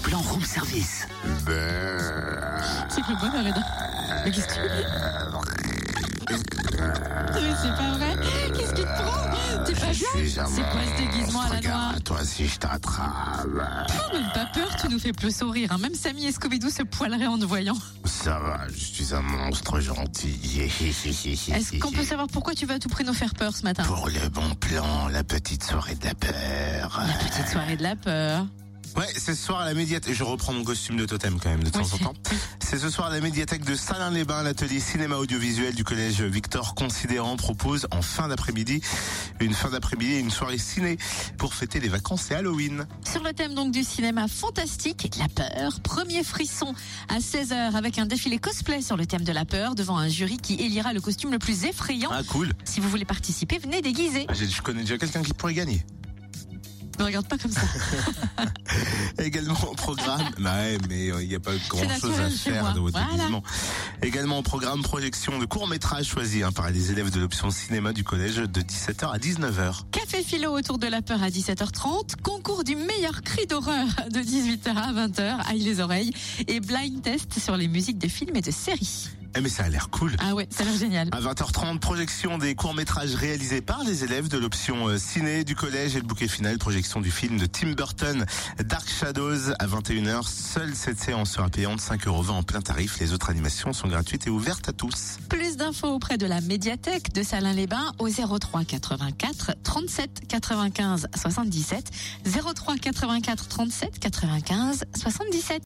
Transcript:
plan room service. C'est que le bonheur est dans... Mais qu'est-ce que tu veux? Mais c'est pas vrai. Qu'est-ce qu'il te prend? T'es pas bien? C'est quoi ce déguisement à la noire? Toi si je t'attrape. Même pas peur, tu nous fais plus sourire. Hein. Même Samy et Scooby-Doo se poileraient en te voyant. Ça va, je suis un monstre gentil. Est-ce qu'on peut savoir pourquoi tu vas à tout prix nous faire peur ce matin? Pour le bon plan, la petite soirée de la peur. La petite soirée de la peur. Ouais, c'est ce soir à la médiathèque. Je reprends mon costume de totem quand même de temps en temps. C'est ce soir à la médiathèque de Salins-les-Bains. L'atelier cinéma audiovisuel du collège Victor Considérant propose en fin d'après-midi une soirée ciné pour fêter les vacances et Halloween. Sur le thème donc du cinéma fantastique et de la peur, premier frisson à 16h avec un défilé cosplay sur le thème de la peur devant un jury qui élira le costume le plus effrayant. Ah cool. Si vous voulez participer, venez déguiser. Je connais déjà quelqu'un qui pourrait gagner. Ne regarde pas comme ça. Également au programme, mais il n'y a pas grand chose à faire de votre déguisement. Également au programme, projection de court-métrage choisi par les élèves de l'option cinéma du collège de 17h à 19h. Café philo autour de la peur à 17h30, concours du meilleur cri d'horreur de 18h à 20h, aïe les oreilles, et blind test sur les musiques de films et de séries. Mais ça a l'air cool. Ah ouais, ça a l'air génial. À 20h30, projection des courts-métrages réalisés par les élèves de l'option ciné du collège et le bouquet final, projection du film de Tim Burton, Dark Shadows à 21h. Seule cette séance sera payante, 5,20€ en plein tarif. Les autres animations sont gratuites et ouvertes à tous. Plus d'infos auprès de la médiathèque de Salins-les-Bains au 03 84 37 95 77. 03 84 37 95 77.